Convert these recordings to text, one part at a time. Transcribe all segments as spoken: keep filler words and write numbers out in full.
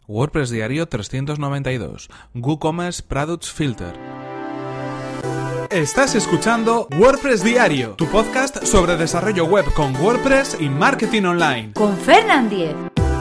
WordPress Diario trescientos noventa y dos. WooCommerce Products Filter. Estás escuchando WordPress Diario, tu podcast sobre desarrollo web con WordPress y marketing online. Con Fernand Diez.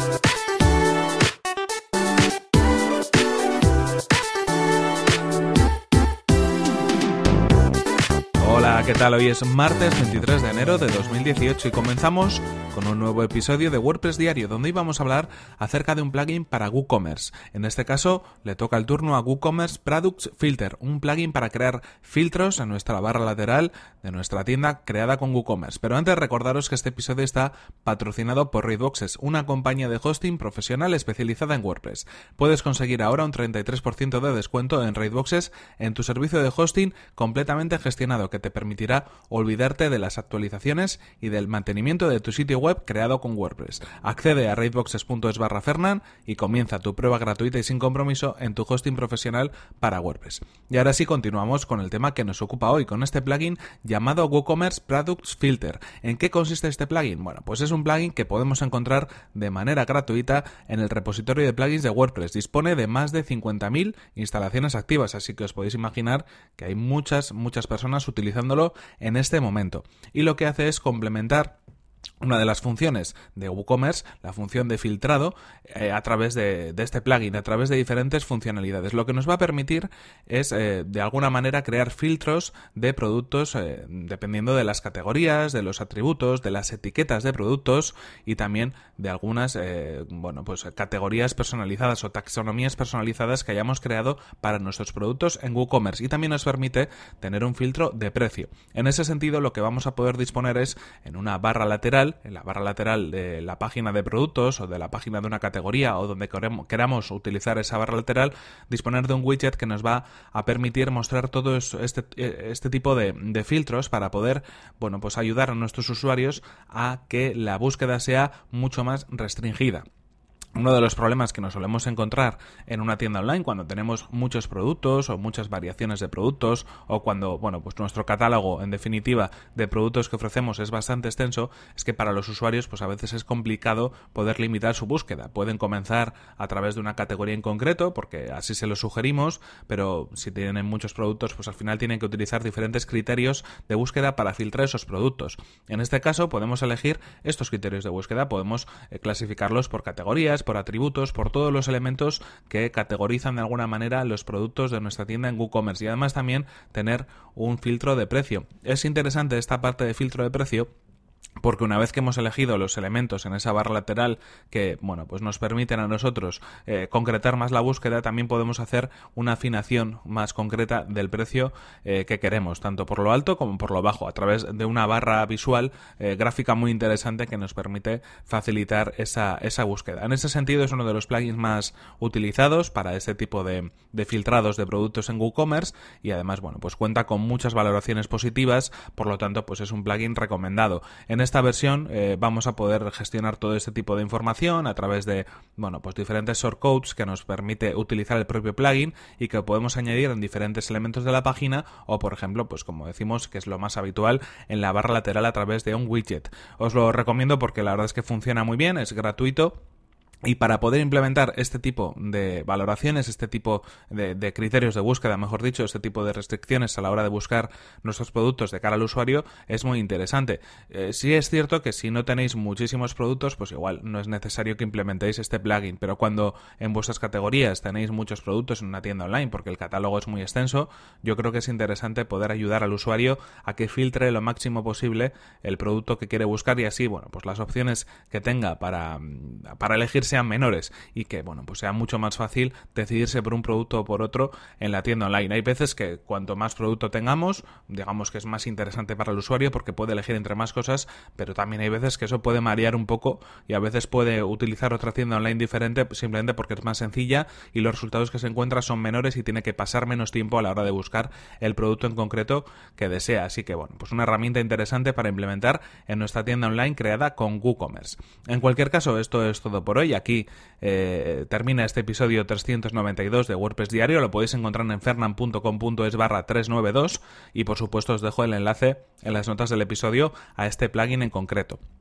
Hola, ¿qué tal? Hoy es martes veintitrés de enero de dos mil dieciocho y comenzamos con un nuevo episodio de WordPress Diario, donde hoy vamos a hablar acerca de un plugin para WooCommerce. En este caso, le toca el turno a WooCommerce Products Filter, un plugin para crear filtros en nuestra barra lateral de nuestra tienda creada con WooCommerce. Pero antes, recordaros que este episodio está patrocinado por Raidboxes, una compañía de hosting profesional especializada en WordPress. Puedes conseguir ahora un treinta y tres por ciento de descuento en Raidboxes en tu servicio de hosting completamente gestionado, que te permitirá olvidarte de las actualizaciones y del mantenimiento de tu sitio web creado con WordPress. Accede a raidboxes punto es barra Fernand y comienza tu prueba gratuita y sin compromiso en tu hosting profesional para WordPress. Y ahora sí, continuamos con el tema que nos ocupa hoy, con este plugin llamado WooCommerce Products Filter. ¿En qué consiste este plugin? Bueno, pues es un plugin que podemos encontrar de manera gratuita en el repositorio de plugins de WordPress. Dispone de más de cincuenta mil instalaciones activas, así que os podéis imaginar que hay muchas, muchas personas utilizándolo en este momento. Y lo que hace es complementar una de las funciones de WooCommerce, la función de filtrado, eh, a través de, de este plugin, a través de diferentes funcionalidades. Lo que nos va a permitir es, eh, de alguna manera, crear filtros de productos eh, dependiendo de las categorías, de los atributos, de las etiquetas de productos y también de algunas eh, bueno, pues, categorías personalizadas o taxonomías personalizadas que hayamos creado para nuestros productos en WooCommerce. Y también nos permite tener un filtro de precio. En ese sentido, lo que vamos a poder disponer es, en una barra lateral, en la barra lateral de la página de productos o de la página de una categoría o donde queramos utilizar esa barra lateral, disponer de un widget que nos va a permitir mostrar todo este, este tipo de, de filtros para poder, bueno, pues ayudar a nuestros usuarios a que la búsqueda sea mucho más restringida. Uno de los problemas que nos solemos encontrar en una tienda online cuando tenemos muchos productos o muchas variaciones de productos o cuando, bueno, pues nuestro catálogo, en definitiva, de productos que ofrecemos es bastante extenso, es que para los usuarios pues a veces es complicado poder limitar su búsqueda. Pueden comenzar a través de una categoría en concreto porque así se lo sugerimos, pero si tienen muchos productos pues al final tienen que utilizar diferentes criterios de búsqueda para filtrar esos productos. En este caso podemos elegir estos criterios de búsqueda, podemos eh, clasificarlos por categorías, por atributos, por todos los elementos que categorizan de alguna manera los productos de nuestra tienda en WooCommerce y además también tener un filtro de precio. Es interesante esta parte de filtro de precio porque una vez que hemos elegido los elementos en esa barra lateral que, bueno, pues nos permiten a nosotros eh, concretar más la búsqueda, también podemos hacer una afinación más concreta del precio eh, que queremos, tanto por lo alto como por lo bajo, a través de una barra visual eh, gráfica muy interesante que nos permite facilitar esa, esa búsqueda. En ese sentido es uno de los plugins más utilizados para este tipo de, de filtrados de productos en WooCommerce y además, bueno, pues cuenta con muchas valoraciones positivas, por lo tanto, pues es un plugin recomendado. En esta versión eh, vamos a poder gestionar todo este tipo de información a través de, bueno, pues diferentes shortcodes que nos permite utilizar el propio plugin y que podemos añadir en diferentes elementos de la página o, por ejemplo, pues como decimos, que es lo más habitual, en la barra lateral a través de un widget. Os lo recomiendo porque la verdad es que funciona muy bien, es gratuito. Y para poder implementar este tipo de valoraciones, este tipo de, de criterios de búsqueda, mejor dicho, este tipo de restricciones a la hora de buscar nuestros productos de cara al usuario, es muy interesante. Eh, sí es cierto que si no tenéis muchísimos productos, pues igual no es necesario que implementéis este plugin, pero cuando en vuestras categorías tenéis muchos productos en una tienda online, porque el catálogo es muy extenso, yo creo que es interesante poder ayudar al usuario a que filtre lo máximo posible el producto que quiere buscar y así, bueno, pues las opciones que tenga para, para elegirse sean menores y que, bueno, pues sea mucho más fácil decidirse por un producto o por otro en la tienda online. Hay veces que cuanto más producto tengamos, digamos que es más interesante para el usuario porque puede elegir entre más cosas, pero también hay veces que eso puede marear un poco y a veces puede utilizar otra tienda online diferente simplemente porque es más sencilla y los resultados que se encuentra son menores y tiene que pasar menos tiempo a la hora de buscar el producto en concreto que desea. Así que, bueno, pues una herramienta interesante para implementar en nuestra tienda online creada con WooCommerce. En cualquier caso, esto es todo por hoy. Aquí eh, termina este episodio trescientos noventa y dos de WordPress Diario. Lo podéis encontrar en fernand punto com punto es barra trescientos noventa y dos y por supuesto os dejo el enlace en las notas del episodio a este plugin en concreto.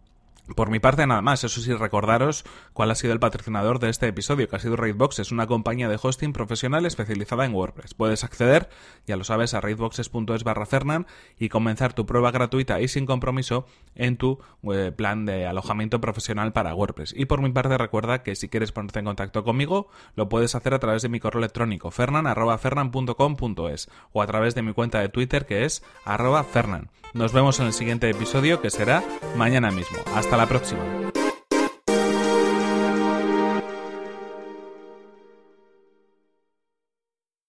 Por mi parte nada más, eso sí, recordaros cuál ha sido el patrocinador de este episodio, que ha sido Raidbox. Es una compañía de hosting profesional especializada en WordPress. Puedes acceder, ya lo sabes, a raidboxes.es barra Fernan y comenzar tu prueba gratuita y sin compromiso en tu eh, plan de alojamiento profesional para WordPress. Y por mi parte recuerda que si quieres ponerte en contacto conmigo, lo puedes hacer a través de mi correo electrónico fernan arroba fernan punto com punto es o a través de mi cuenta de Twitter, que es arroba fernan. Nos vemos en el siguiente episodio, que será mañana mismo. Hasta la próxima.